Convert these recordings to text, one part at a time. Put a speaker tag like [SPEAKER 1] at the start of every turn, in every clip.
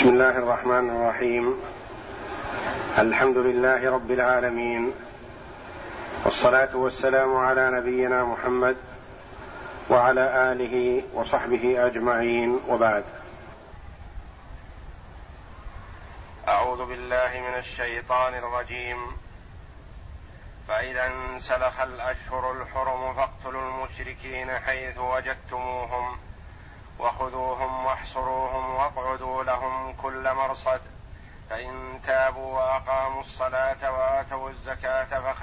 [SPEAKER 1] بسم الله الرحمن الرحيم. الحمد لله رب العالمين، والصلاة والسلام على نبينا محمد وعلى آله وصحبه أجمعين، وبعد. أعوذ بالله من الشيطان الرجيم. فإذا انسلخ الأشهر الحرم فاقتلوا المشركين حيث وجدتموهم وخذوهم واحصروهم واقعدوا لهم كل مرصد، فإن تابوا وأقاموا الصلاة وآتوا الزكاة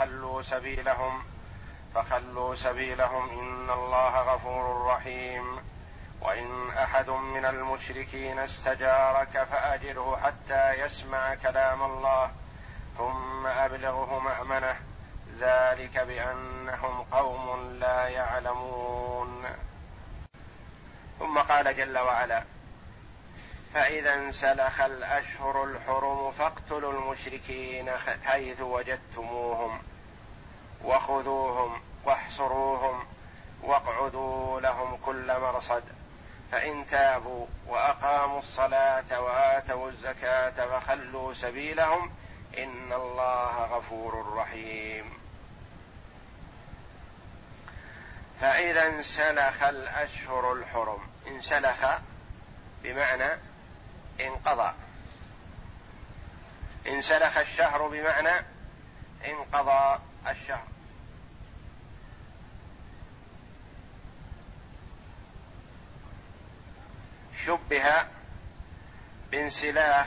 [SPEAKER 1] فخلوا سبيلهم إن الله غفور رحيم. وإن أحد من المشركين استجارك فأجره حتى يسمع كلام الله ثم أبلغه مأمنه، ذلك بأنهم قوم لا يعلمون. ثم قال جل وعلا: فإذا انسلخ الأشهر الحرم فاقتلوا المشركين حيث وجدتموهم وخذوهم واحصروهم واقعدوا لهم كل مرصد، فإن تابوا وأقاموا الصلاة وآتوا الزكاة فخلوا سبيلهم إن الله غفور رحيم. فإذا انسلخ الأشهر الحرم، انسلخ بمعنى انقضى، انسلخ الشهر بمعنى انقضى الشهر. شبه بانسلاخ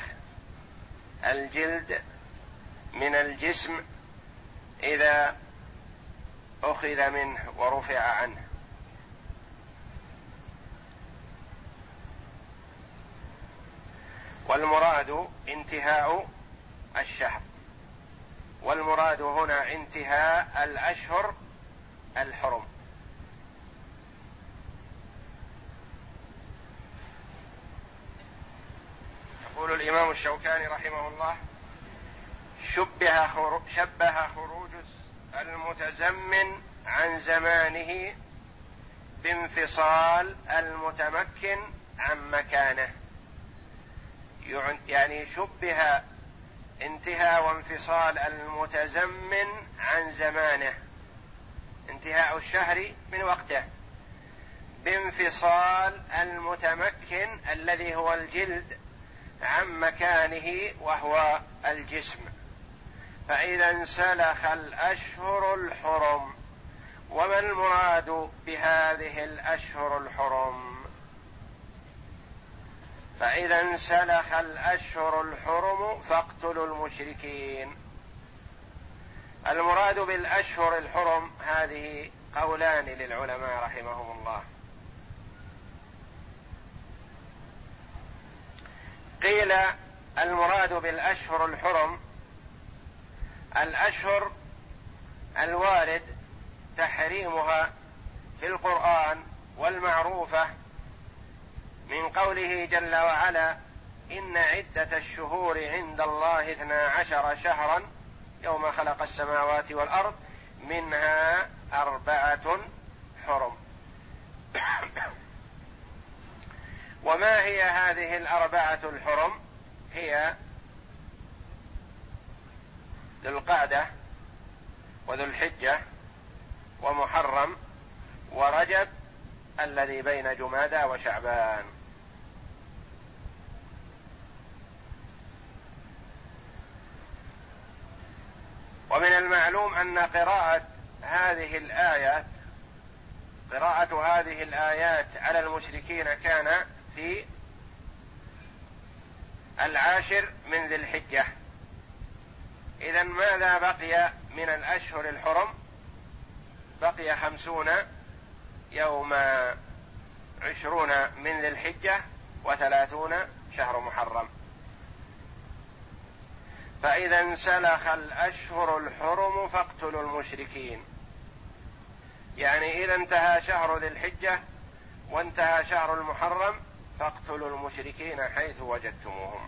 [SPEAKER 1] الجلد من الجسم إذا أخذ منه ورفع عنه. والمراد انتهاء الشهر، والمراد هنا انتهاء الأشهر الحرم. يقول الإمام الشوكاني رحمه الله: شبه خروج المتزمن عن زمانه بانفصال المتمكن عن مكانه، يعني شبه انتهاء وانفصال المتزمن عن زمانه، انتهاء الشهر من وقته، بانفصال المتمكن الذي هو الجلد عن مكانه وهو الجسم. فإذا انسلخ الأشهر الحرم، وما المراد بهذه الأشهر الحرم؟ فإذا انسلخ الأشهر الحرم فاقتلوا المشركين. المراد بالأشهر الحرم هذه قولان للعلماء رحمهم الله. قيل المراد بالأشهر الحرم الأشهر الوارد تحريمها في القرآن والمعروفة من قوله جل وعلا: إن عدة الشهور عند الله 12 شهرا يوم خلق السماوات والأرض منها 4 حرم. وما هي هذه 4 الحرم؟ هي ذو القعدة وذو الحجة ومحرم ورجب الذي بين جمادى وشعبان. ومن المعلوم أن قراءة هذه الآيات على المشركين كان في 10 من ذي الحجة. إذن ماذا بقي من الأشهر الحرم؟ بقي 50 يوما، 20 من ذي الحجة و30 شهر محرم. فإذا انسلخ الأشهر الحرم فاقتلوا المشركين، يعني إذا انتهى شهر ذي الحجة وانتهى شهر المحرم فاقتلوا المشركين حيث وجدتموهم.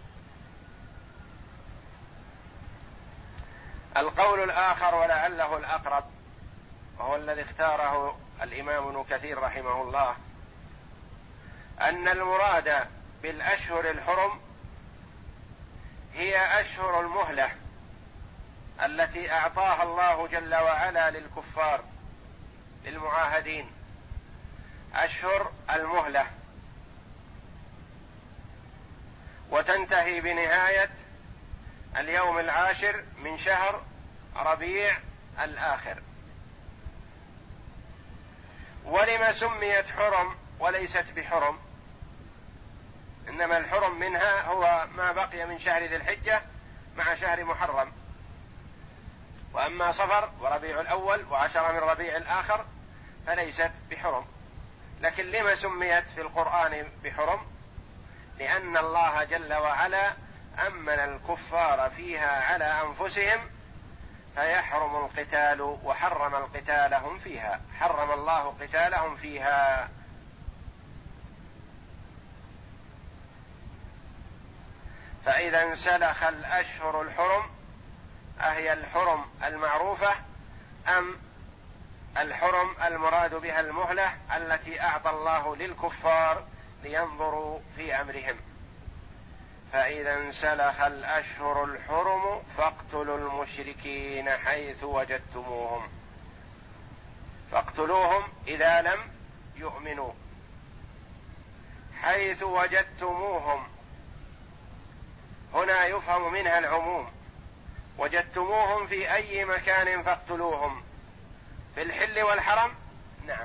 [SPEAKER 1] القول الآخر ولعله الأقرب وهو الذي اختاره الإمام ابن كثير رحمه الله، أن المراد بالأشهر الحرم هي أشهر المهلة التي أعطاها الله جل وعلا للكفار للمعاهدين، أشهر المهلة، وتنتهي بنهاية اليوم 10 من شهر ربيع الآخر. ولما سميت حرم وليست بحرم؟ إنما الحرم منها هو ما بقي من شهر ذي الحجة مع شهر محرم، وأما صفر وربيع الأول و10 من ربيع الآخر فليست بحرم. لكن لما سميت في القرآن بحرم؟ لأن الله جل وعلا أمن الكفار فيها على أنفسهم فيحرم القتال، وحرم قتالهم فيها، حرم الله قتالهم فيها. فإذا انسلخ الأشهر الحرم، أهي الحرم المعروفة أم الحرم المراد بها المهلة التي أعطى الله للكفار لينظروا في أمرهم؟ فإذا انسلخ الأشهر الحرم فاقتلوا المشركين حيث وجدتموهم، فاقتلوهم إذا لم يؤمنوا، حيث وجدتموهم هنا يفهم منها العموم، وجدتموهم في أي مكان فاقتلوهم، في الحل والحرم؟ نعم،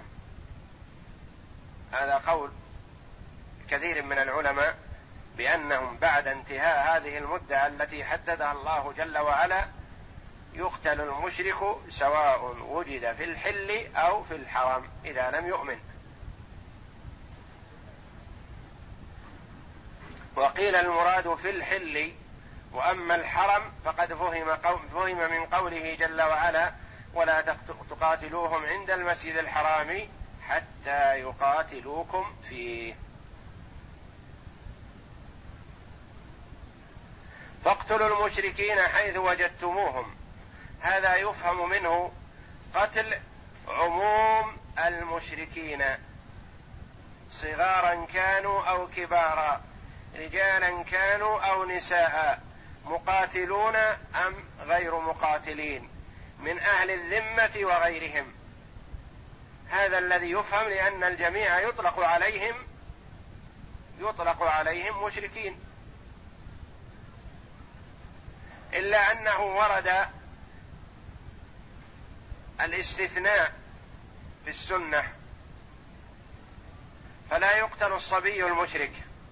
[SPEAKER 1] هذا قول كثير من العلماء بأنهم بعد انتهاء هذه المدة التي حددها الله جل وعلا يقتل المشرك سواء وجد في الحل أو في الحرم إذا لم يؤمن. وقيل المراد في الحل، وأما الحرم فقد فهم من قوله جل وعلا ولا تقاتلوهم عند المسجد الحرام حتى يقاتلوكم فيه. فاقتلوا المشركين حيث وجدتموهم، هذا يفهم منه قتل عموم المشركين صغارا كانوا أو كبارا، رجالا كانوا أو نساء، مقاتلون أم غير مقاتلين، من أهل الذمة وغيرهم. هذا الذي يفهم، لأن الجميع يطلق عليهم مشركين، إلا أنه ورد الاستثناء في السنة، فلا يقتل الصبي المشرك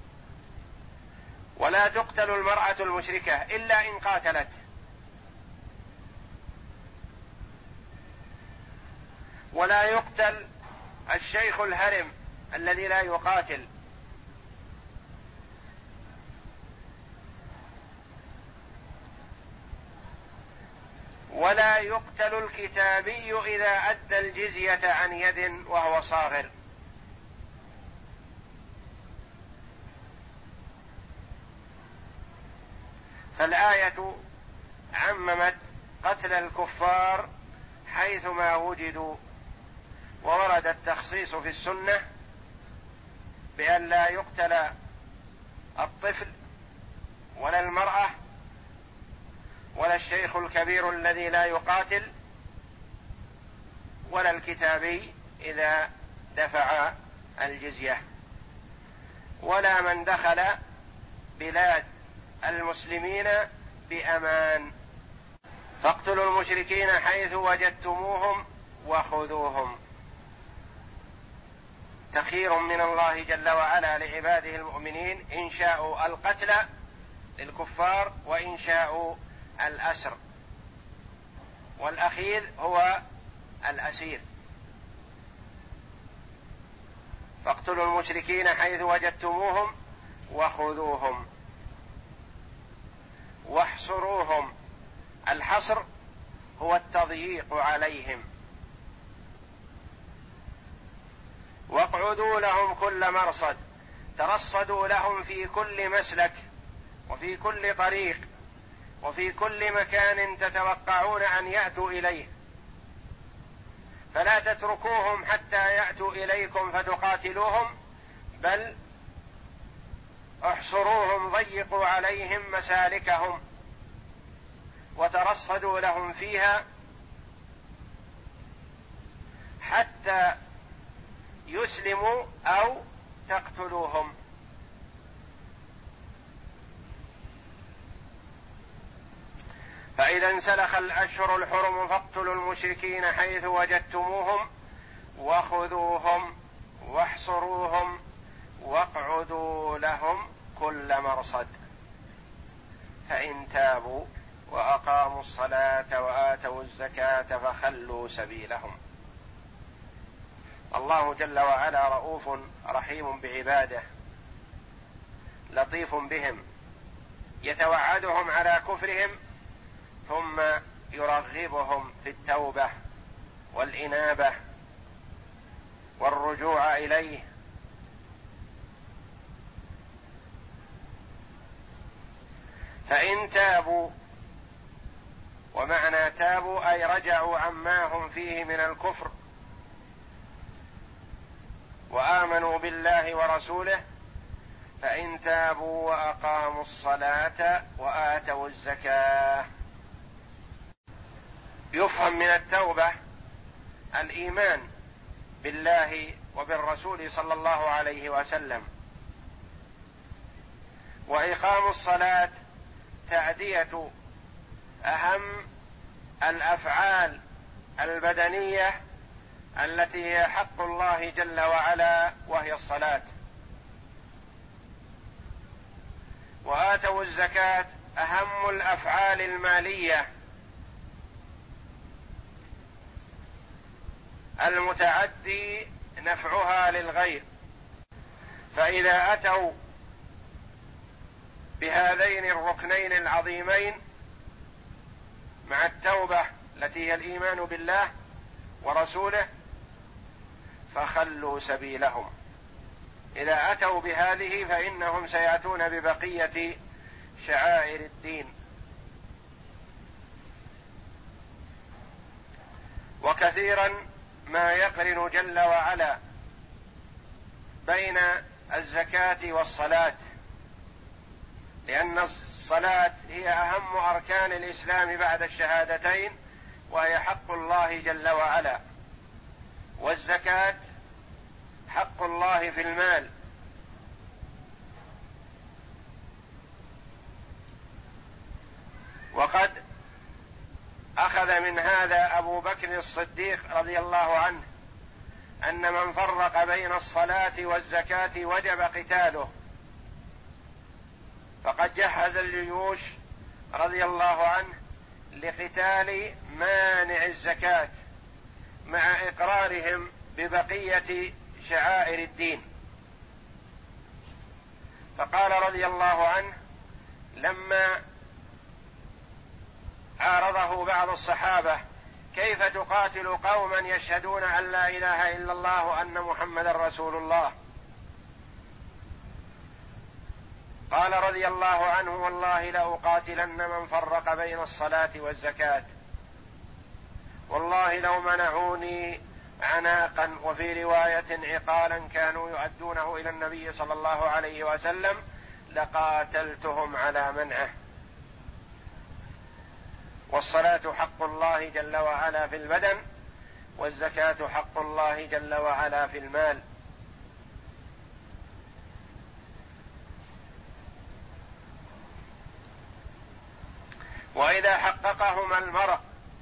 [SPEAKER 1] ولا تقتل المرأة المشركة إلا إن قاتلت، ولا يقتل الشيخ الهرم الذي لا يقاتل، ولا يقتل الكتابي إذا أدى الجزية عن يد وهو صاغر. فالآية عممت قتل الكفار حيثما وجدوا، وورد التخصيص في السنة بأن لا يقتل الطفل ولا المرأة ولا الشيخ الكبير الذي لا يقاتل ولا الكتابي إذا دفع الجزية، ولا من دخل بلاد المسلمين بأمان. فاقتلوا المشركين حيث وجدتموهم وخذوهم. تخير من الله جل وعلا لعباده المؤمنين إن شاءوا القتل للكفار وإن شاءوا الأسر، والأخير هو الأسير. فاقتلوا المشركين حيث وجدتموهم وخذوهم واحصروهم. الحصر هو التضييق عليهم. واقعدوا لهم كل مرصد، ترصدوا لهم في كل مسلك وفي كل طريق وفي كل مكان تتوقعون أن يأتوا إليه، فلا تتركوهم حتى يأتوا إليكم فتقاتلوهم، بل احصروهم ضيقوا عليهم مسالكهم وترصدوا لهم فيها حتى يسلموا أو تقتلوهم. فإذا انسلخ الأشهر الحرم فاقتلوا المشركين حيث وجدتموهم وخذوهم واحصروهم واقعدوا لهم كل مرصد، فإن تابوا وأقاموا الصلاة وآتوا الزكاة فخلوا سبيلهم. الله جل وعلا رؤوف رحيم بعباده، لطيف بهم، يتوعدهم على كفرهم ثم يرغبهم في التوبة والإنابة والرجوع إليه. فإن تابوا، ومعنى تابوا أي رجعوا عما هم فيه من الكفر وآمنوا بالله ورسوله، فإن تابوا وأقاموا الصلاة وآتوا الزكاة. يفهم من التوبة الإيمان بالله وبالرسول صلى الله عليه وسلم، وإقام الصلاة تأدية أهم الأفعال البدنية التي هي حق الله جل وعلا وهي الصلاة. وآتوا الزكاة أهم الأفعال المالية المتعدي نفعها للغير. فإذا أتوا بهذين الركنين العظيمين مع التوبة التي هي الإيمان بالله ورسوله فخلوا سبيلهم. إذا أتوا بهذه فإنهم سيأتون ببقية شعائر الدين. وكثيرا ما يقرن جل وعلا بين الزكاة والصلاة، لأن الصلاة هي أهم أركان الإسلام بعد الشهادتين، وهي حق الله جل وعلا، والزكاة حق الله في المال. وقد أخذ من هذا أبو بكر الصديق رضي الله عنه أن من فرق بين الصلاة والزكاة وجب قتاله، فقد جهز الجيوش رضي الله عنه لقتال مانع الزكاة مع إقرارهم ببقية شعائر الدين. فقال رضي الله عنه لما عارضه بعض الصحابة: كيف تقاتل قوما يشهدون أن لا إله إلا الله وأن محمدا رسول الله؟ قال رضي الله عنه: والله لأقاتلن من فرق بين الصلاة والزكاة، والله لو منعوني عناقا وفي رواية عقالا كانوا يؤدونه إلى النبي صلى الله عليه وسلم لقاتلتهم على منعه. والصلاة حق الله جل وعلا في البدن، والزكاة حق الله جل وعلا في المال. وإذا حققهما المرء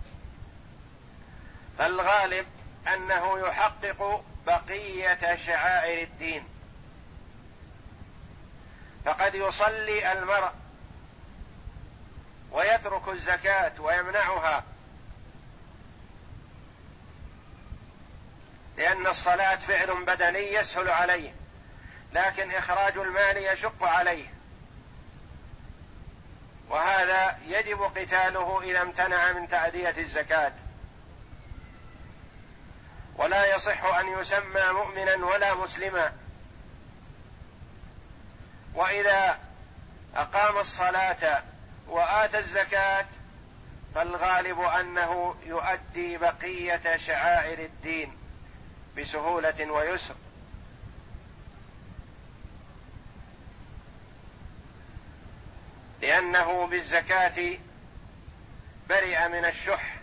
[SPEAKER 1] فالغالب أنه يحقق بقية شعائر الدين. فقد يصلي المرء ويترك الزكاة ويمنعها، لأن الصلاة فعل بدني يسهل عليه، لكن إخراج المال يشق عليه، وهذا يجب قتاله إذا امتنع من تأدية الزكاة. ولا يصح أن يسمى مؤمنا ولا مسلما. وإذا أقام الصلاة وآتى الزكاة فالغالب أنه يؤدي بقية شعائر الدين بسهولة ويسر. لأنه بالزكاة برئ من الشح،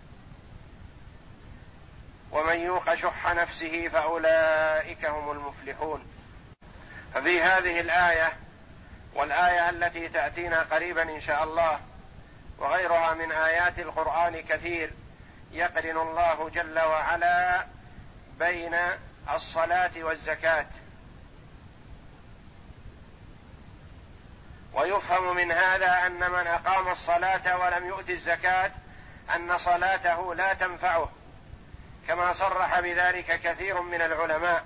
[SPEAKER 1] ومن يوق شح نفسه فأولئك هم المفلحون. ففي هذه الآية والآية التي تأتينا قريبا إن شاء الله وغيرها من آيات القرآن كثير يقرن الله جل وعلا بين الصلاة والزكاة. ويفهم من هذا أن من أقام الصلاة ولم يؤت الزكاة أن صلاته لا تنفعه، كما صرح بذلك كثير من العلماء،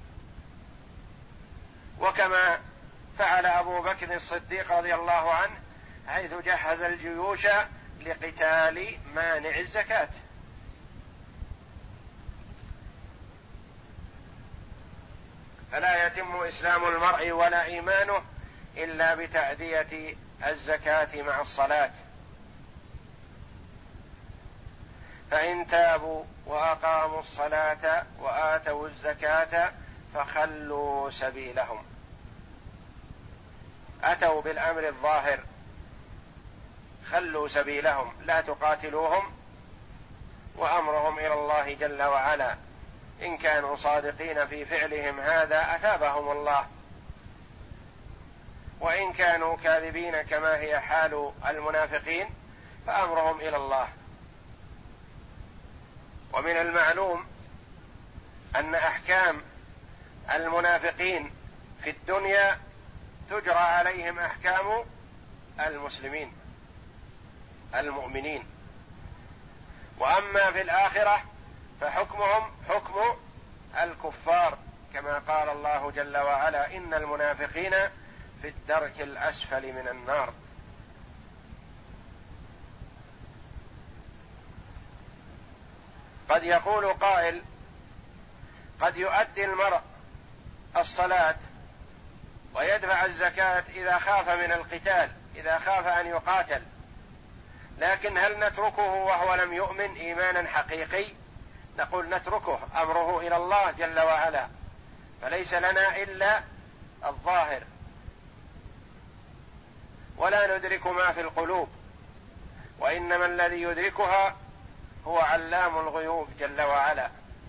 [SPEAKER 1] وكما فعل أبو بكر الصديق رضي الله عنه حيث جهز الجيوش لقتال مانع الزكاة. فلا يتم إسلام المرء ولا إيمانه إلا بتأدية الزكاة مع الصلاة. فإن تابوا وأقاموا الصلاة وآتوا الزكاة فخلوا سبيلهم. أتوا بالأمر الظاهر، خلوا سبيلهم، لا تقاتلوهم، وأمرهم إلى الله جل وعلا. إن كانوا صادقين في فعلهم هذا أثابهم الله، وإن كانوا كاذبين كما هي حال المنافقين فأمرهم إلى الله. ومن المعلوم أن أحكام المنافقين في الدنيا تجرى عليهم أحكام المسلمين المؤمنين، وأما في الآخرة فحكمهم حكم الكفار، كما قال الله جل وعلا: إن المنافقين في الدرك الأسفل من النار. قد يقول قائل: قد يؤدي المرء الصلاة ويدفع الزكاة إذا خاف من القتال، إذا خاف أن يقاتل، لكن هل نتركه وهو لم يؤمن إيمانا حقيقي؟ نقول نتركه، أمره إلى الله جل وعلا، فليس لنا إلا الظاهر، ولا ندرك ما في القلوب، وإنما الذي يدركها هو علام الغيوب جل وعلا.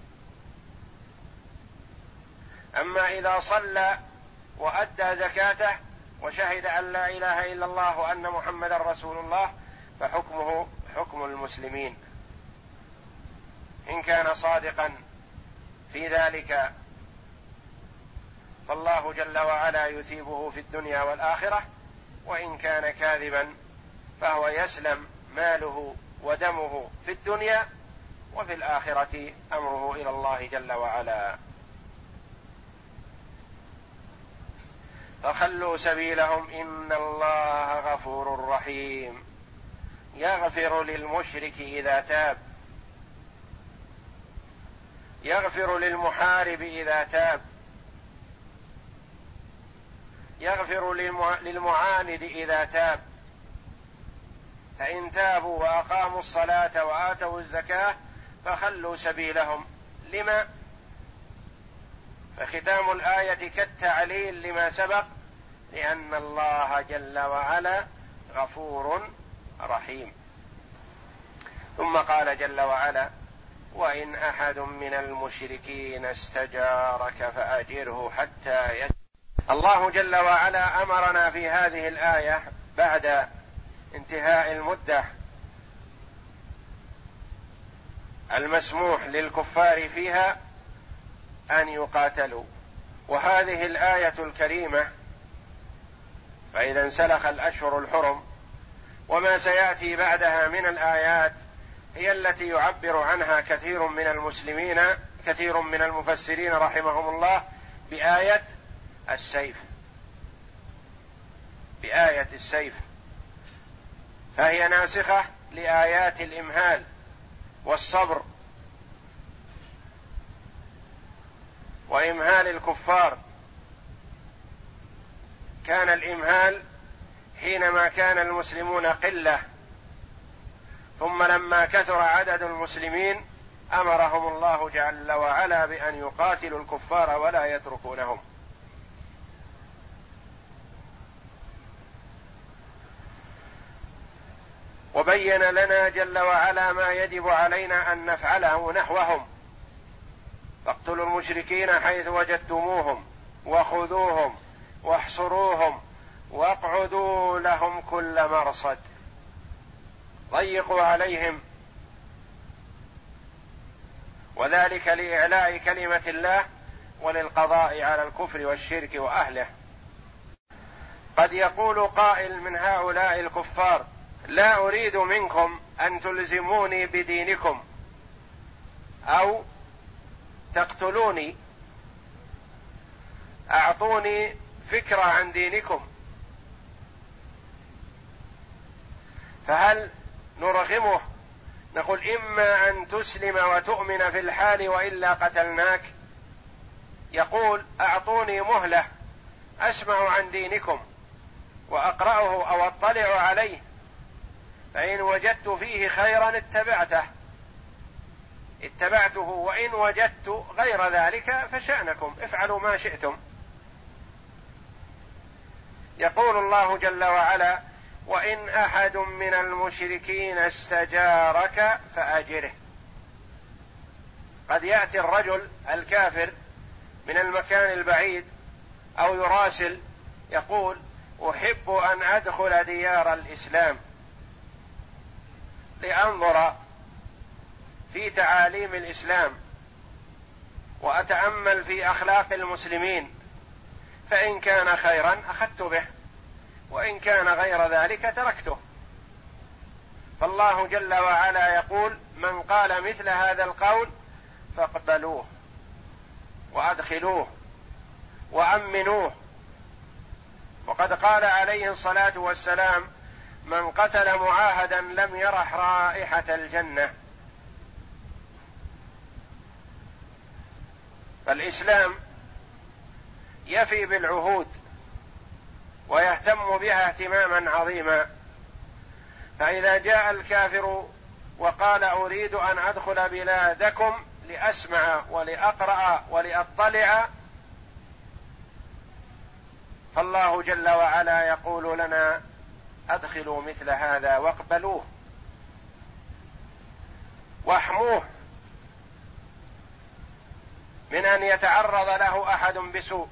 [SPEAKER 1] أما إذا صلى وأدى زكاته وشهد أن لا إله إلا الله وأن محمدا رسول الله فحكمه حكم المسلمين، إن كان صادقا في ذلك فالله جل وعلا يثيبه في الدنيا والآخرة، وإن كان كاذبا فهو يسلم ماله ودمه في الدنيا، وفي الآخرة أمره إلى الله جل وعلا. فخلوا سبيلهم إن الله غفور رحيم، يغفر للمشرك إذا تاب، يغفر للمحارب إذا تاب، يغفر للمعاند إذا تاب. فإن تابوا وأقاموا الصلاة وآتوا الزكاة فخلوا سبيلهم. لما؟ فختام الآية كالتعليل لما سبق، لأن الله جل وعلا غفور رحيم. ثم قال جل وعلا: وإن أحد من المشركين استجارك فأجره حتى يسمع. الله جل وعلا أمرنا في هذه الآية بعد انتهاء المدة المسموح للكفار فيها أن يقاتلوا، وهذه الآية الكريمة فإذا انسلخ الأشهر الحرم وما سيأتي بعدها من الآيات هي التي يعبر عنها كثير من المسلمين، كثير من المفسرين رحمهم الله بآية السيف، بآية السيف، فهي ناسخة لآيات الإمهال والصبر وإمهال الكفار. كان الإمهال حينما كان المسلمون قلة، ثم لما كثر عدد المسلمين أمرهم الله جل وعلا بأن يقاتلوا الكفار ولا يتركونهم. وبين لنا جل وعلا ما يجب علينا أن نفعله نحوهم: فاقتلوا المشركين حيث وجدتموهم وخذوهم واحصروهم واقعدوا لهم كل مرصد، ضيقوا عليهم، وذلك لإعلاء كلمة الله وللقضاء على الكفر والشرك وأهله. قد يقول قائل من هؤلاء الكفار: لا أريد منكم أن تلزموني بدينكم أو تقتلوني، أعطوني فكرة عن دينكم. فهل نرغمه نقول إما أن تسلم وتؤمن في الحال وإلا قتلناك؟ يقول: أعطوني مهلة أسمع عن دينكم وأقرأه أو أطلع عليه، فإن وجدت فيه خيرا اتبعته، وإن وجدت غير ذلك فشأنكم، افعلوا ما شئتم. يقول الله جل وعلا: وإن أحد من المشركين استجارك فأجره. قد يأتي الرجل الكافر من المكان البعيد أو يراسل يقول: أحب أن أدخل ديار الإسلام لأنظر في تعاليم الإسلام وأتأمل في أخلاق المسلمين، فإن كان خيرا أخذت به، وإن كان غير ذلك تركته. فالله جل وعلا يقول: من قال مثل هذا القول فاقبلوه وأدخلوه وأمنوه. وقد قال عليه الصلاة والسلام: من قتل معاهدا لم يرح رائحة الجنة. فالإسلام يفي بالعهود ويهتم بها اهتماما عظيما، فإذا جاء الكافر وقال: أريد أن أدخل بلادكم لأسمع ولأقرأ ولأطلع، فالله جل وعلا يقول لنا: أدخلوا مثل هذا واقبلوه واحموه من أن يتعرض له أحد بسوء،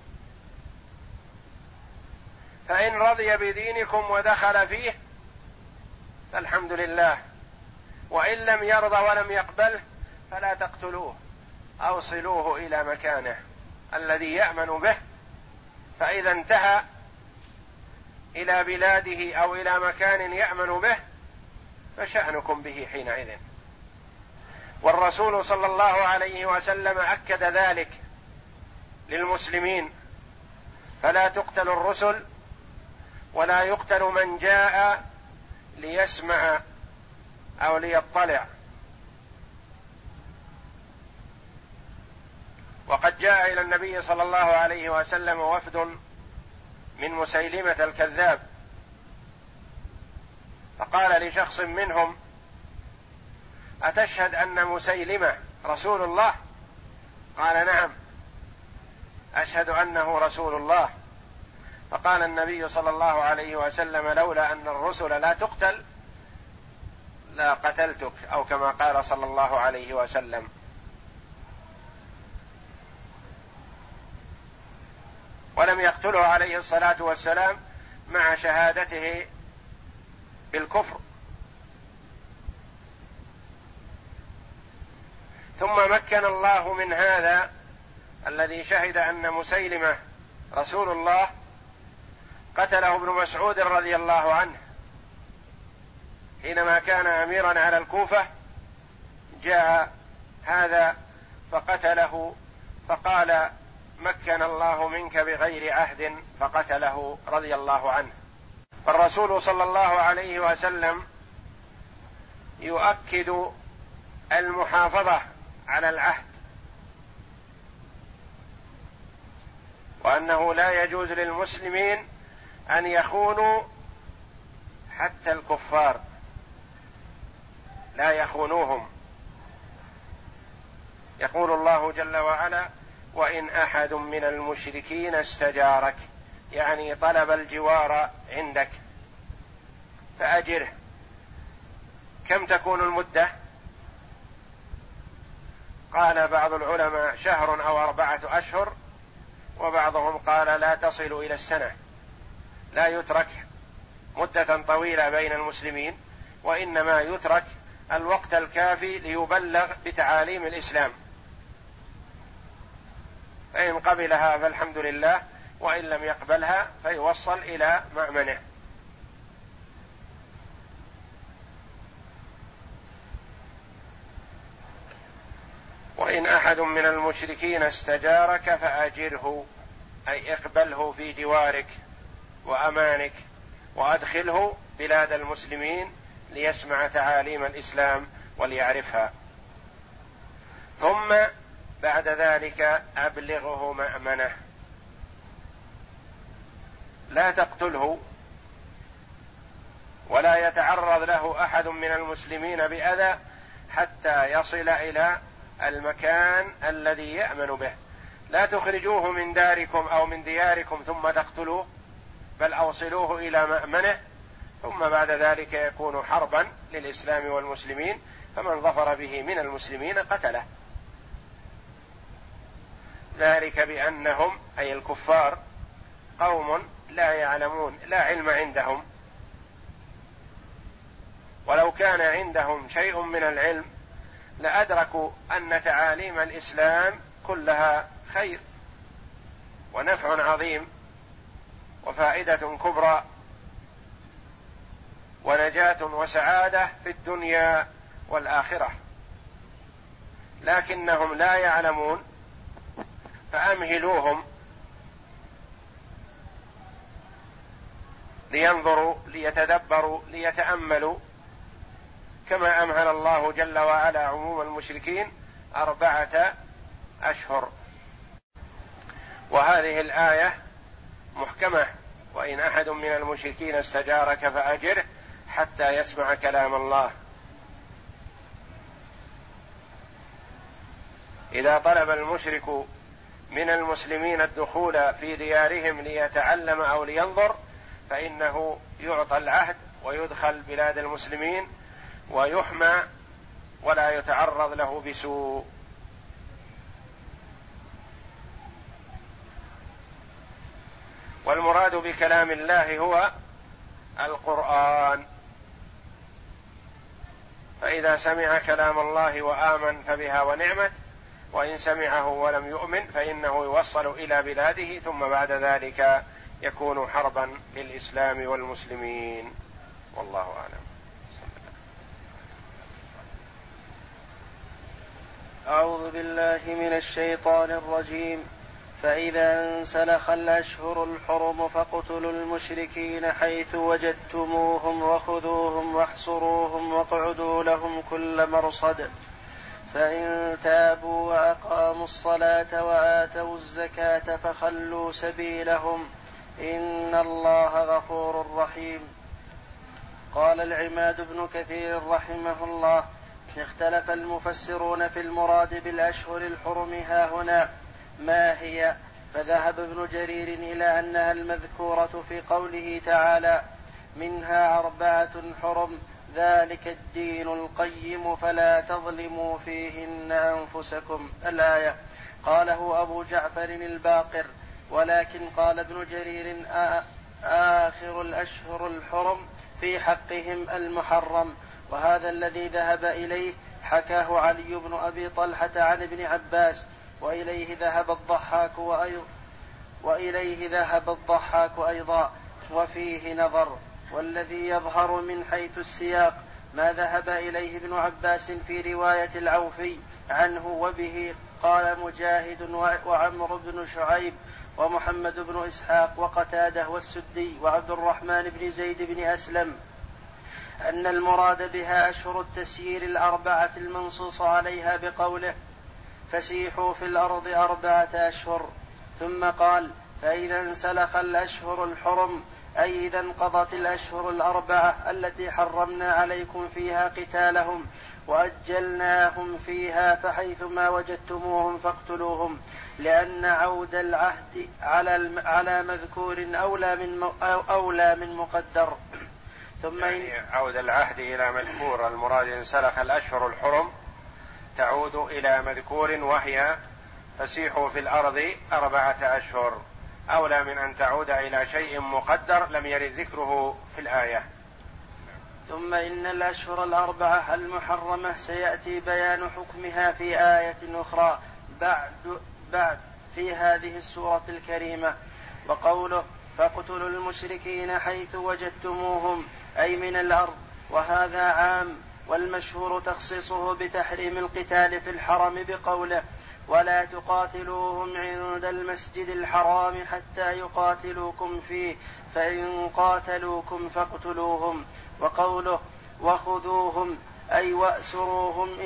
[SPEAKER 1] فإن رضي بدينكم ودخل فيه فالحمد لله، وإن لم يرضى ولم يقبله فلا تقتلوه، أوصلوه إلى مكانه الذي يأمن به، فإذا انتهى إلى بلاده أو إلى مكان يأمن به فشأنكم به حينئذ. والرسول صلى الله عليه وسلم أكد ذلك للمسلمين: فلا تقتل الرسل ولا يقتل من جاء ليسمع أو ليطلع. وقد جاء إلى النبي صلى الله عليه وسلم وفد من مسيلمة الكذاب، فقال لشخص منهم: أتشهد أن مسيلمة رسول الله؟ قال: نعم أشهد أنه رسول الله. فقال النبي صلى الله عليه وسلم: لولا أن الرسل لا تقتل لا قتلتك، أو كما قال صلى الله عليه وسلم. ولم يقتله عليه الصلاة والسلام مع شهادته بالكفر. ثم مكن الله من هذا الذي شهد أن مسيلمة رسول الله، قتله ابن مسعود رضي الله عنه حينما كان أميرا على الكوفة، جاء هذا فقتله، فقال: مكن الله منك بغير عهد، فقتله رضي الله عنه. فالرسول صلى الله عليه وسلم يؤكد المحافظة على العهد، وأنه لا يجوز للمسلمين أن يخونوا حتى الكفار، لا يخونوهم. يقول الله جل وعلا: وإن أحد من المشركين استجارك، يعني طلب الجوار عندك، فأجره كم تكون المدة؟ قال بعض العلماء شهر أو 4 أشهر، وبعضهم قال لا تصل إلى السنة، لا يترك مدة طويلة بين المسلمين، وإنما يترك الوقت الكافي ليبلغ بتعاليم الإسلام، فإن قبلها فالحمد لله، وإن لم يقبلها فيوصل إلى مأمنه. وإن أحد من المشركين استجارك فأجره، أي اقبله في جوارك وأمانك، وأدخله بلاد المسلمين ليسمع تعاليم الإسلام وليعرفها، ثم بعد ذلك أبلغه مأمنه. لا تقتله ولا يتعرض له أحد من المسلمين بأذى حتى يصل إلى المكان الذي يأمن به. لا تخرجوه من داركم أو من دياركم ثم تقتلوه، بل أوصلوه إلى مأمنه، ثم بعد ذلك يكون حربا للإسلام والمسلمين، فمن ظفر به من المسلمين قتله. ذلك بأنهم أي الكفار قوم لا يعلمون، لا علم عندهم، ولو كان عندهم شيء من العلم لأدركوا أن تعاليم الإسلام كلها خير ونفع عظيم وفائدة كبرى ونجاة وسعادة في الدنيا والآخرة، لكنهم لا يعلمون، فأمهلوهم لينظروا ليتدبروا ليتأملوا، كما أمهل الله جل وعلا عموم المشركين 4 أشهر. وهذه الآية محكمة: وإن أحد من المشركين استجارك فأجره حتى يسمع كلام الله. إذا طلب المشرك من المسلمين الدخول في ديارهم ليتعلم أو لينظر، فإنه يعطى العهد ويدخل بلاد المسلمين ويحمى ولا يتعرض له بسوء. والمراد بكلام الله هو القرآن، فإذا سمع كلام الله وآمن فبها ونعمت، وإن سمعه ولم يؤمن فإنه يوصل إلى بلاده، ثم بعد ذلك يكون حربا للإسلام والمسلمين. والله أعلم.
[SPEAKER 2] أعوذ بالله من الشيطان الرجيم. فإذا انسلخ الأشهر الحرم فاقتلوا المشركين حيث وجدتموهم وخذوهم واحصروهم واقعدوا لهم كل مرصد، فإن تابوا وأقاموا الصلاة وآتوا الزكاة فخلوا سبيلهم إن الله غفور رحيم. قال العماد بن كثير رحمه الله: اختلف المفسرون في المراد بالأشهر الحرم هاهنا ما هي، فذهب ابن جرير إلى أنها المذكورة في قوله تعالى: منها 4 حرم ذلك الدين القيم فلا تظلموا فيهن أنفسكم، الآية. قاله أبو جعفر الباقر، ولكن قال ابن جرير آخر الأشهر الحرم في حقهم المحرم، وهذا الذي ذهب إليه حكاه علي بن أبي طلحة عن ابن عباس، وإليه ذهب الضحاك أيضا، وفيه نظر. والذي يظهر من حيث السياق ما ذهب إليه ابن عباس في رواية العوفي عنه، وبه قال مجاهد وعمر بن شعيب ومحمد بن إسحاق وقتاده والسدي وعبد الرحمن بن زيد بن أسلم، أن المراد بها أشهر التسيير 4 المنصوص عليها بقوله: فسيحوا في الأرض 4 أشهر. ثم قال: فإذا انسلخ الأشهر الحرم، أي إذا انقضت الأشهر 4 التي حرمنا عليكم فيها قتالهم وأجلناهم فيها، فحيثما وجدتموهم فاقتلوهم، لأن عود العهد على مذكور أولى من مقدر. ثم
[SPEAKER 1] يعني عود العهد إلى مذكور، المراد إن سلخ الأشهر الحرم تعود إلى مذكور وهي فسيحوا في الأرض 4 أشهر، أولى من أن تعود إلى شيء مقدر لم يرد ذكره في الآية.
[SPEAKER 2] ثم إن الأشهر 4 المحرمة سيأتي بيان حكمها في آية أخرى بعد في هذه السورة الكريمة. وقوله فاقتلوا المشركين حيث وجدتموهم أي من الأرض، وهذا عام، والمشهور تخصيصه بتحريم القتال في الحرم بقوله ولا تقاتلوهم عند المسجد الحرام حتى يقاتلوكم فيه فإن قاتلوكم فاقتلوهم. وقوله وخذوهم أي وأسروهم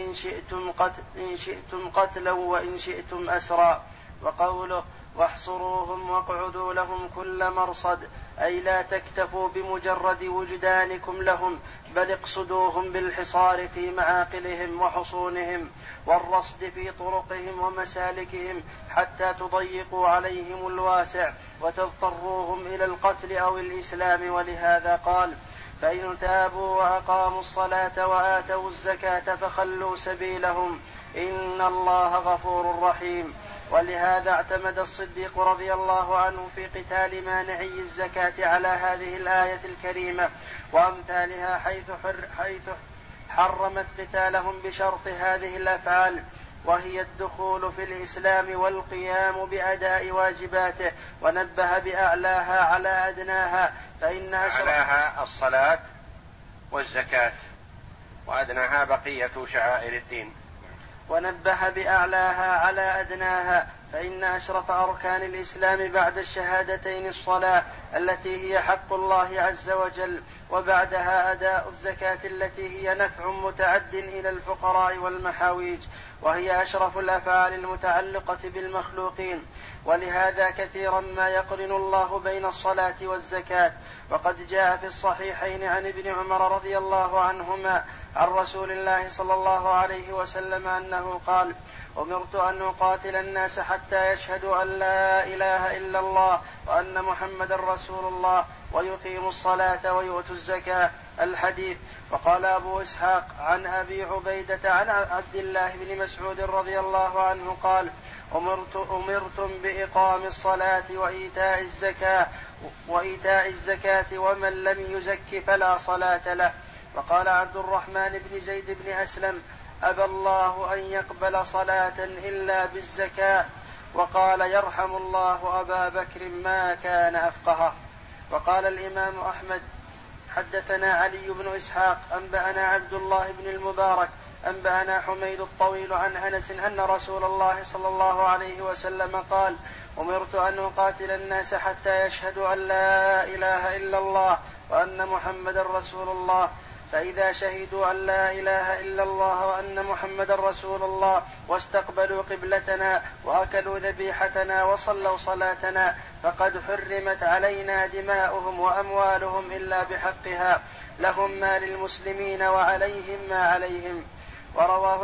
[SPEAKER 2] إن شئتم قتلا وإن شئتم أسرا. وقوله واحصروهم واقعدوا لهم كل مرصد أي لا تكتفوا بمجرد وجدانكم لهم، بل اقصدوهم بالحصار في معاقلهم وحصونهم والرصد في طرقهم ومسالكهم حتى تضيقوا عليهم الواسع وتضطروهم إلى القتل أو الإسلام. ولهذا قال فإن تابوا وأقاموا الصلاة وآتوا الزكاة فخلوا سبيلهم إن الله غفور رحيم. ولهذا اعتمد الصديق رضي الله عنه في قتال مانعي الزكاة على هذه الآية الكريمة وأمثالها حيث حرمت قتالهم بشرط هذه الأفعال، وهي الدخول في الإسلام والقيام بأداء واجباته، ونبه بأعلاها على أدناها فإن
[SPEAKER 1] أعلاها الصلاة والزكاة وأدناها بقية شعائر الدين.
[SPEAKER 2] ونبه بأعلاها على أدناها فإن أشرف أركان الإسلام بعد الشهادتين الصلاة التي هي حق الله عز وجل، وبعدها أداء الزكاة التي هي نفع متعد إلى الفقراء والمحاويج، وهي أشرف الأفعال المتعلقة بالمخلوقين. ولهذا كثيرا ما يقرن الله بين الصلاة والزكاة. وقد جاء في الصحيحين عن ابن عمر رضي الله عنهما عن رسول الله صلى الله عليه وسلم أنه قال أمرت أن أقاتل الناس حتى يشهدوا أن لا إله إلا الله وأن محمد رسول الله ويقيموا الصلاة ويؤتوا الزكاة. الحديث. وقال أبو إسحاق عن أبي عبيدة عن عبد الله بن مسعود رضي الله عنه قال أمرتم بإقام الصلاة وإيتاء الزكاة ومن لم يزك فلا صلاة له. وقال عبد الرحمن بن زيد بن أسلم أبى الله أن يقبل صلاة إلا بالزكاة. وقال يرحم الله أبا بكر ما كان أفقهه. وقال الإمام أحمد حدثنا علي بن إسحاق أنبأنا عبد الله بن المبارك أنبأنا حميد الطويل عن أنس أن رسول الله صلى الله عليه وسلم قال أمرت أن أقاتل الناس حتى يشهدوا أن لا إله إلا الله وأن محمد رسول الله، فإذا شهدوا أن لا إله إلا الله وأن محمد رسول الله واستقبلوا قبلتنا وأكلوا ذبيحتنا وصلوا صلاتنا فقد حرمت علينا دماؤهم وأموالهم إلا بحقها، لهم ما للمسلمين وعليهم ما عليهم. ورواه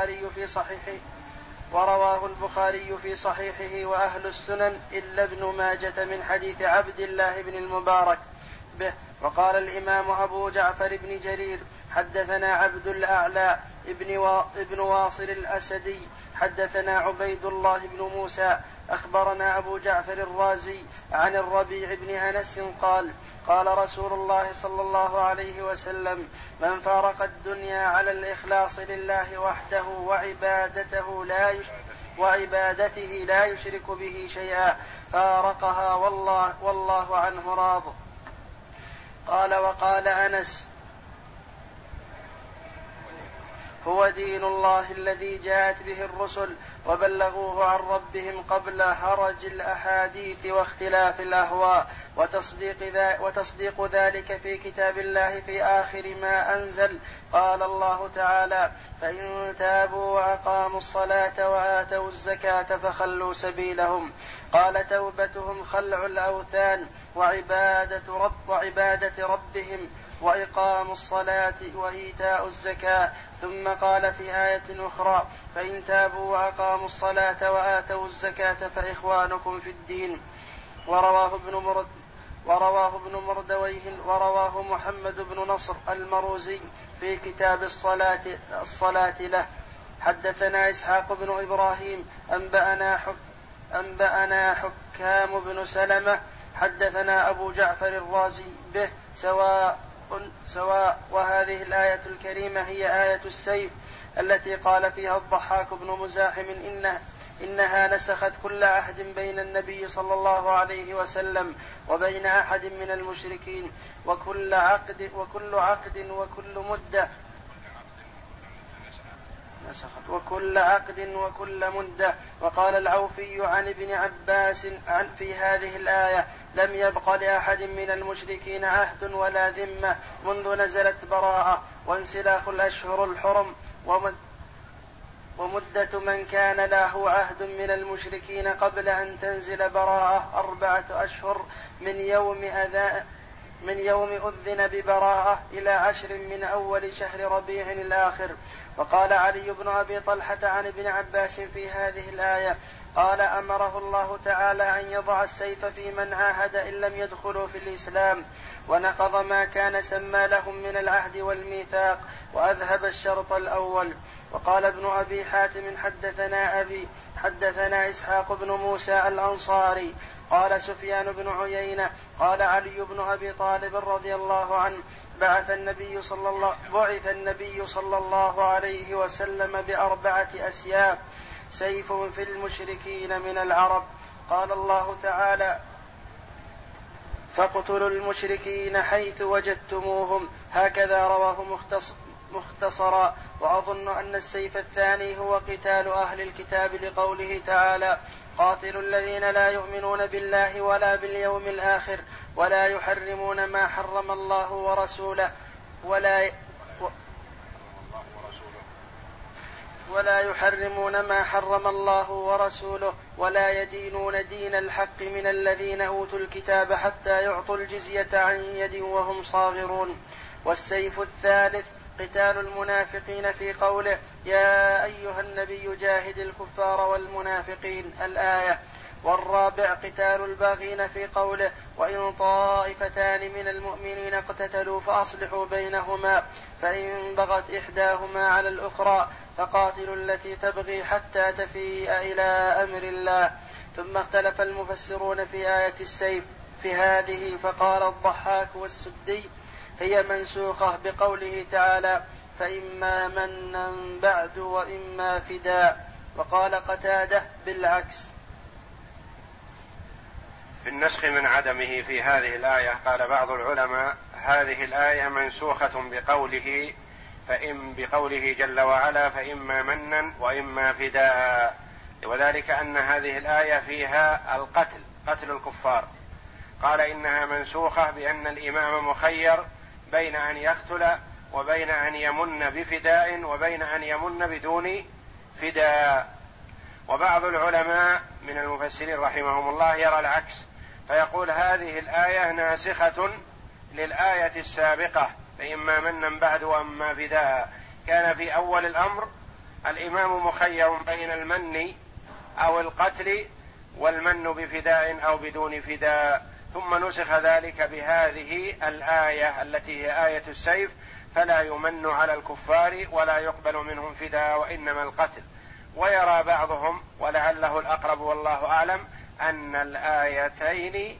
[SPEAKER 2] البخاري في صحيحه وأهل السنن إلا ابن ماجة من حديث عبد الله بن المبارك به. وقال الإمام أبو جعفر بن جرير حدثنا عبد الأعلى ابن واصل الأسدي حدثنا عبيد الله بن موسى أخبرنا أبو جعفر الرازي عن الربيع بن أنس قال قال رسول الله صلى الله عليه وسلم من فارق الدنيا على الإخلاص لله وحده وعبادته لا يشرك به شيئا فارقها والله عنه راض. قال وقال أنس هو دين الله الذي جاءت به الرسل وبلغوه عن ربهم قبل هرج الأحاديث واختلاف الأهواء وتصديق ذلك في كتاب الله في آخر ما أنزل. قال الله تعالى فإن تابوا وأقاموا الصلاة وآتوا الزكاة فخلوا سبيلهم. قال توبتهم خلع الأوثان وعبادة ربهم وإقام الصلاة وإيتاء الزكاة. ثم قال في آية أخرى فإن تابوا وأقاموا الصلاة وآتوا الزكاة فإخوانكم في الدين. ورواه ابن مردويه ورواه محمد بن نصر المروزي في كتاب الصلاة له. حدثنا إسحاق بن إبراهيم أنبأنا حكام بن سلمة حدثنا أبو جعفر الرازي به سواء. وهذه الآية الكريمة هي آية السيف التي قال فيها الضحاك بن مزاحم إنها نسخت كل عهد بين النبي صلى الله عليه وسلم وبين أحد من المشركين وكل عقد وكل مدة. وقال العوفي عن ابن عباس في هذه الآية لم يبق لأحد من المشركين عهد ولا ذمة منذ نزلت براءة وانسلاخ الأشهر الحرم ومدة من كان له عهد من المشركين قبل أن تنزل براءة 4 أشهر من يوم أذن ببراءة إلى 10 من أول شهر ربيع الآخر. وقال علي بن أبي طلحة عن ابن عباس في هذه الآية قال أمره الله تعالى أن يضع السيف في من عاهد إن لم يدخلوا في الإسلام ونقض ما كان سمى لهم من العهد والميثاق وأذهب الشرط الأول. وقال ابن أبي حاتم حدثنا إسحاق بن موسى الأنصاري قال سفيان بن عيينة قال علي بن أبي طالب رضي الله عنه بعث النبي صلى الله عليه وسلم ب4 أسياف سيف في المشركين من العرب. قال الله تعالى فاقتلوا المشركين حيث وجدتموهم. هكذا رواه مختصرا. وأظن أن السيف الثاني هو قتال أهل الكتاب لقوله تعالى قاتلوا الذين لا يؤمنون بالله ولا باليوم الآخر ولا يحرمون ما حرم الله ورسوله ولا يدينون دين الحق من الذين أوتوا الكتاب حتى يعطوا الجزية عن يد وهم صاغرون. والسيف الثالث قتال المنافقين في قوله يا أيها النبي جاهد الكفار والمنافقين الآية. والرابع قتال الباغين في قوله وإن طائفتان من المؤمنين اقتتلوا فأصلحوا بينهما فإن بغت إحداهما على الأخرى فقاتلوا التي تبغي حتى تفيء إلى أمر الله. ثم اختلف المفسرون في آية السيف في هذه فقال الضحاك والسدي هي منسوخة بقوله تعالى فإما منا بعد وإما فداء. وقال قتادة بالعكس.
[SPEAKER 1] في النسخ من عدمه في هذه الآية قال بعض العلماء هذه الآية منسوخة بقوله جل وعلا فإما منا وإما فداء، وذلك أن هذه الآية فيها قتل الكفار. قال إنها منسوخة بأن الإمام مخير بين أن يقتل وبين أن يمن بفداء وبين أن يمن بدون فداء. وبعض العلماء من المفسرين رحمهم الله يرى العكس فيقول هذه الآية ناسخة للآية السابقة فإما منا بعد وأما فداء. كان في أول الأمر الإمام مخير بين المن أو القتل والمن بفداء أو بدون فداء، ثم نسخ ذلك بهذه الآية التي هي آية السيف فلا يمن على الكفار ولا يقبل منهم فداء وإنما القتل. ويرى بعضهم ولعله الأقرب والله أعلم أن الآيتين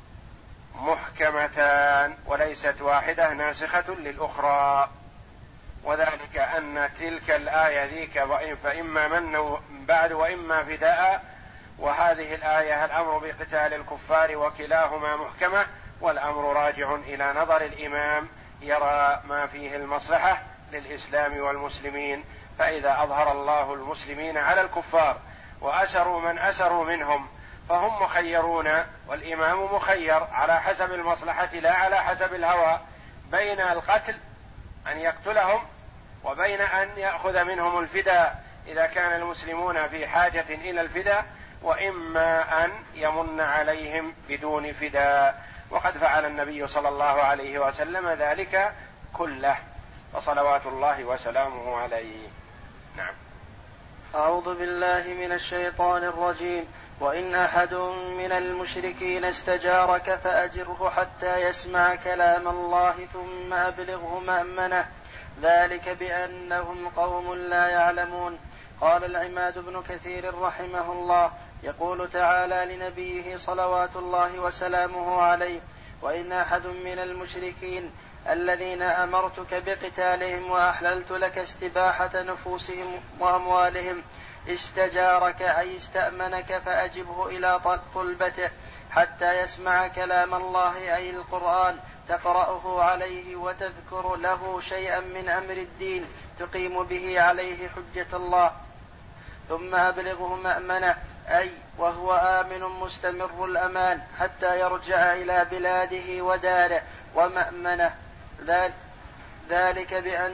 [SPEAKER 1] محكمتان وليست واحدة ناسخة للأخرى، وذلك أن تلك الآية ذيك فإما من بعد وإما فداء، وهذه الآية الأمر بقتال الكفار وكلاهما محكمة، والأمر راجع إلى نظر الإمام يرى ما فيه المصلحة للإسلام والمسلمين. فإذا أظهر الله المسلمين على الكفار وأسروا من أسروا منهم فهم مخيرون، والإمام مخير على حسب المصلحة لا على حسب الهوى بين القتل أن يقتلهم وبين أن يأخذ منهم الفداء إذا كان المسلمون في حاجة إلى الفداء، وإما أن يمن عليهم بدون فداء. وقد فعل النبي صلى الله عليه وسلم ذلك كله وصلوات الله وسلامه عليه. نعم.
[SPEAKER 2] أعوذ بالله من الشيطان الرجيم. وإن أحد من المشركين استجارك فأجره حتى يسمع كلام الله ثم أبلغه مأمنه، ذلك بأنهم قوم لا يعلمون. قال العماد بن كثير رحمه الله يقول تعالى لنبيه صلوات الله وسلامه عليه: وإن أحد من المشركين الذين أمرتك بقتالهم وأحللت لك استباحة نفوسهم وأموالهم استجارك أي استأمنك فأجبه إلى طلبته حتى يسمع كلام الله أي القرآن تقرأه عليه وتذكر له شيئا من أمر الدين تقيم به عليه حجة الله، ثم أبلغه مأمنه أي وهو آمن مستمر الأمان حتى يرجع إلى بلاده وداره ومأمنه، ذلك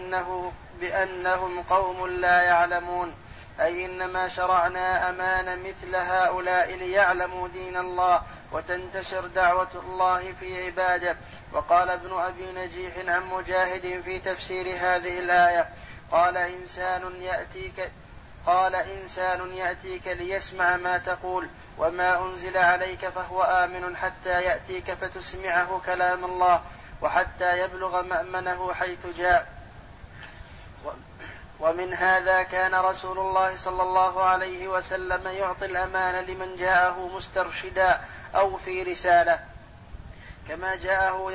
[SPEAKER 2] بأنهم قوم لا يعلمون، أي إنما شرعنا أمان مثل هؤلاء ليعلموا دين الله وتنتشر دعوة الله في عباده. وقال ابن أبي نجيح عن مجاهد في تفسير هذه الآية: قال إنسان يأتيك ليسمع ما تقول وما أنزل عليك فهو آمن حتى يأتيك فتسمعه كلام الله وحتى يبلغ مأمنه حيث جاء. ومن هذا كان رسول الله صلى الله عليه وسلم يعطي الأمان لمن جاءه مسترشدا أو في رسالة، كما جاءه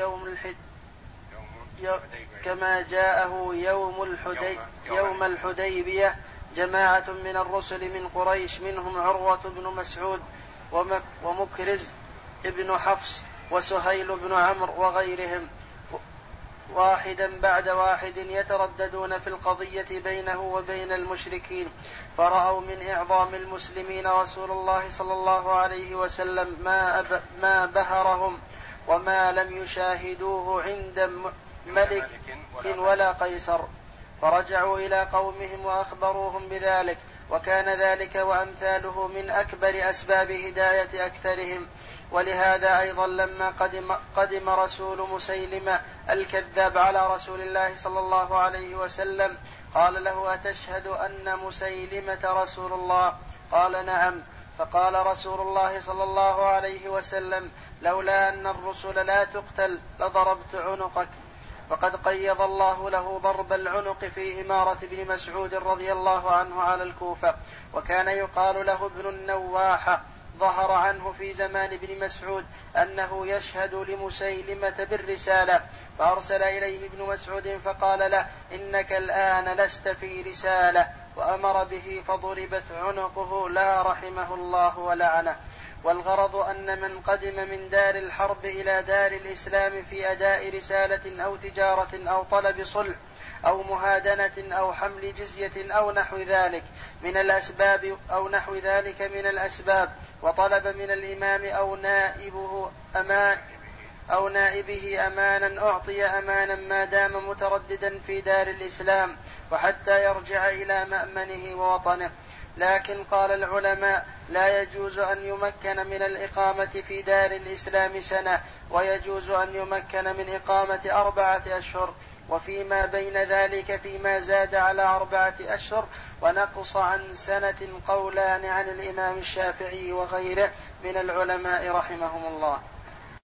[SPEAKER 2] يوم الحديبية جماعة من الرسل من قريش منهم عروة بن مسعود ومكرز ابن حفص وسهيل بن عمرو وغيرهم، واحدا بعد واحد يترددون في القضية بينه وبين المشركين، فرأوا من إعظام المسلمين رسول الله صلى الله عليه وسلم ما بهرهم وما لم يشاهدوه عند ملك ولا قيصر، فرجعوا إلى قومهم وأخبروهم بذلك، وكان ذلك وأمثاله من أكبر أسباب هداية أكثرهم. ولهذا أيضا لما قدم رسول مسيلمة الكذاب على رسول الله صلى الله عليه وسلم قال له: أتشهد أن مسيلمة رسول الله؟ قال: نعم. فقال رسول الله صلى الله عليه وسلم: لولا أن الرسل لا تقتل لضربت عنقك. فقد قيض الله له ضرب العنق في إمارة ابن مسعود رضي الله عنه على الكوفة، وكان يقال له ابن النواحة. ظهر عنه في زمان ابن مسعود أنه يشهد لمسيلمة بالرسالة، فأرسل إليه ابن مسعود فقال له: إنك الآن لست في رسالة، وأمر به فضربت عنقه لا رحمه الله ولعنه. والغرض أن من قدم من دار الحرب إلى دار الإسلام في أداء رسالة أو تجارة أو طلب صلح أو مهادنة أو حمل جزية أو نحو ذلك من الأسباب وطلب من الإمام أو نائبه أمانا أعطي أمانا ما دام مترددا في دار الإسلام وحتى يرجع إلى مأمنه ووطنه. لكن قال العلماء: لا يجوز أن يمكن من الإقامة في دار الإسلام سنة، ويجوز أن يمكن من إقامة 4 أشهر، وفيما بين ذلك فيما زاد على 4 أشهر ونقص عن سنة قولان عن الإمام الشافعي وغيره من العلماء رحمهم الله.